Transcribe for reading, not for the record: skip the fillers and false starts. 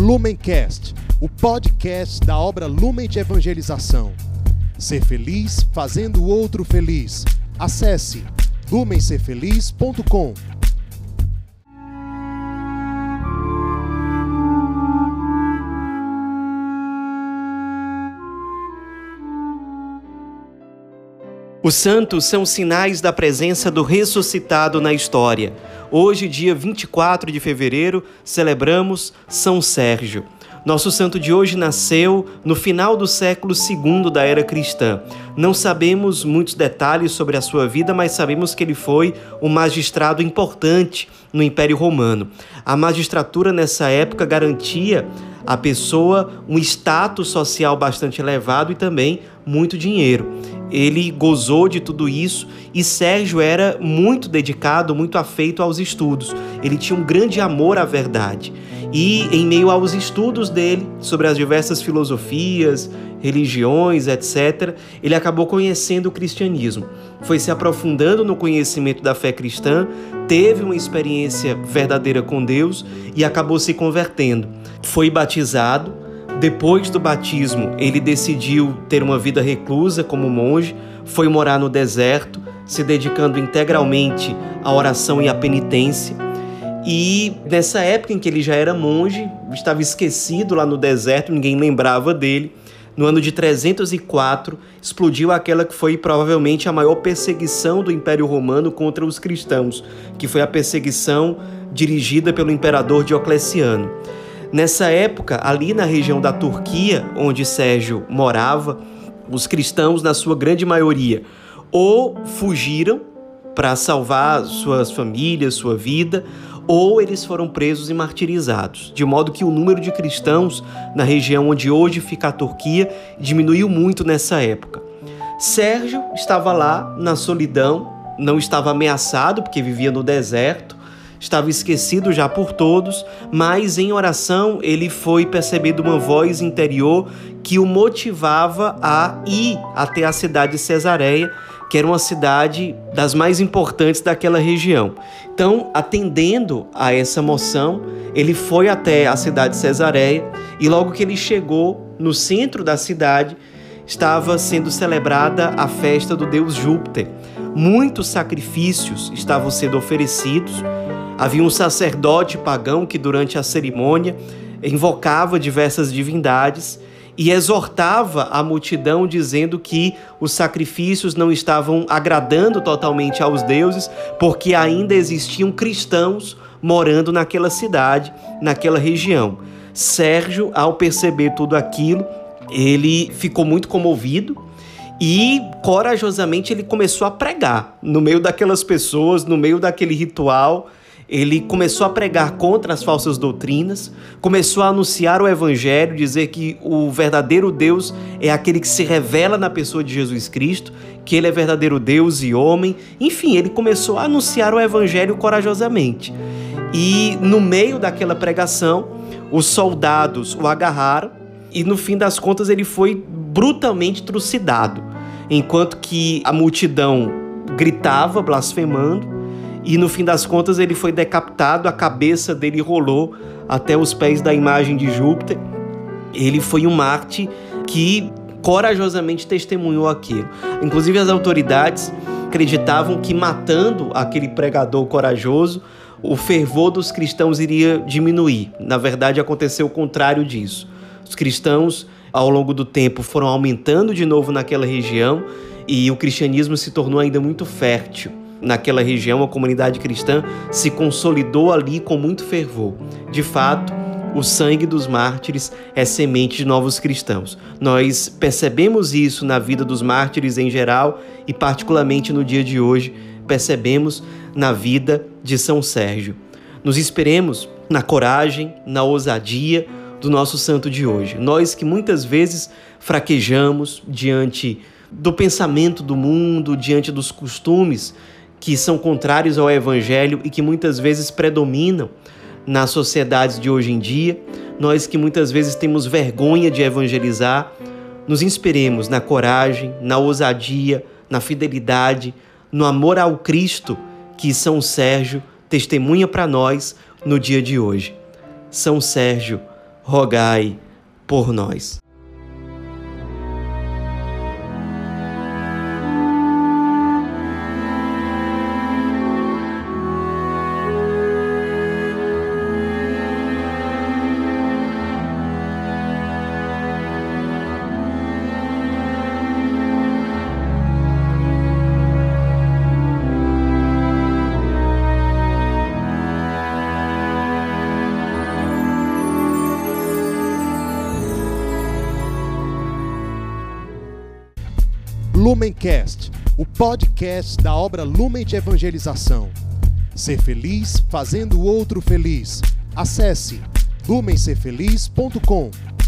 Lumencast, o podcast da obra Lumen de Evangelização. Ser feliz fazendo o outro feliz. Acesse lumencerfeliz.com. Os santos são sinais da presença do ressuscitado na história. Hoje, dia 24 de fevereiro, celebramos São Sérgio. Nosso santo de hoje nasceu no final do século II da era cristã. Não sabemos muitos detalhes sobre a sua vida, mas sabemos que ele foi um magistrado importante no Império Romano. A magistratura nessa época garantia à pessoa um status social bastante elevado e também muito dinheiro. Ele gozou de tudo isso e Sérgio era muito dedicado, muito afeito aos estudos. Ele tinha um grande amor à verdade. E em meio aos estudos dele sobre as diversas filosofias, religiões, etc., ele acabou conhecendo o cristianismo. Foi se aprofundando no conhecimento da fé cristã, teve uma experiência verdadeira com Deus e acabou se convertendo. Foi batizado. Depois do batismo, ele decidiu ter uma vida reclusa como monge, foi morar no deserto, se dedicando integralmente à oração e à penitência. E nessa época em que ele já era monge, estava esquecido lá no deserto, ninguém lembrava dele. No ano de 304, explodiu aquela que foi provavelmente a maior perseguição do Império Romano contra os cristãos, que foi a perseguição dirigida pelo imperador Diocleciano. Nessa época, ali na região da Turquia, onde Sérgio morava, os cristãos, na sua grande maioria, ou fugiram para salvar suas famílias, sua vida, ou eles foram presos e martirizados, de modo que o número de cristãos na região onde hoje fica a Turquia diminuiu muito nessa época. Sérgio estava lá na solidão, não estava ameaçado porque vivia no deserto, estava esquecido já por todos, mas em oração ele foi percebendo uma voz interior que o motivava a ir até a cidade de Cesareia, que era uma cidade das mais importantes daquela região. Então, atendendo a essa moção, ele foi até a cidade de Cesareia e logo que ele chegou no centro da cidade, estava sendo celebrada a festa do deus Júpiter. Muitos sacrifícios estavam sendo oferecidos. Havia um sacerdote pagão que durante a cerimônia invocava diversas divindades e exortava a multidão dizendo que os sacrifícios não estavam agradando totalmente aos deuses porque ainda existiam cristãos morando naquela cidade, naquela região. Sérgio, ao perceber tudo aquilo, ele ficou muito comovido e corajosamente ele começou a pregar no meio daquelas pessoas, no meio daquele ritual. Ele começou a pregar contra as falsas doutrinas, começou a anunciar o evangelho, dizer que o verdadeiro Deus é aquele que se revela na pessoa de Jesus Cristo, que ele é verdadeiro Deus e homem. Enfim, ele começou a anunciar o evangelho corajosamente. E no meio daquela pregação, os soldados o agarraram e no fim das contas ele foi brutalmente trucidado, enquanto que a multidão gritava, blasfemando. E no fim das contas ele foi decapitado, a cabeça dele rolou até os pés da imagem de Júpiter. Ele foi um mártir que corajosamente testemunhou aquilo. Inclusive as autoridades acreditavam que matando aquele pregador corajoso, o fervor dos cristãos iria diminuir. Na verdade aconteceu o contrário disso. Os cristãos ao longo do tempo foram aumentando de novo naquela região e o cristianismo se tornou ainda muito fértil. Naquela região, a comunidade cristã se consolidou ali com muito fervor. De fato, o sangue dos mártires é semente de novos cristãos. Nós percebemos isso na vida dos mártires em geral e particularmente no dia de hoje, percebemos na vida de São Sérgio. Nos inspiremos na coragem, na ousadia do nosso santo de hoje. Nós que muitas vezes fraquejamos diante do pensamento do mundo, diante dos costumes que são contrários ao evangelho e que muitas vezes predominam nas sociedades de hoje em dia, nós que muitas vezes temos vergonha de evangelizar, nos inspiremos na coragem, na ousadia, na fidelidade, no amor ao Cristo que São Sérgio testemunha para nós no dia de hoje. São Sérgio, rogai por nós. Lumencast, o podcast da obra Lumen de Evangelização. Ser feliz fazendo o outro feliz. Acesse lumencerfeliz.com.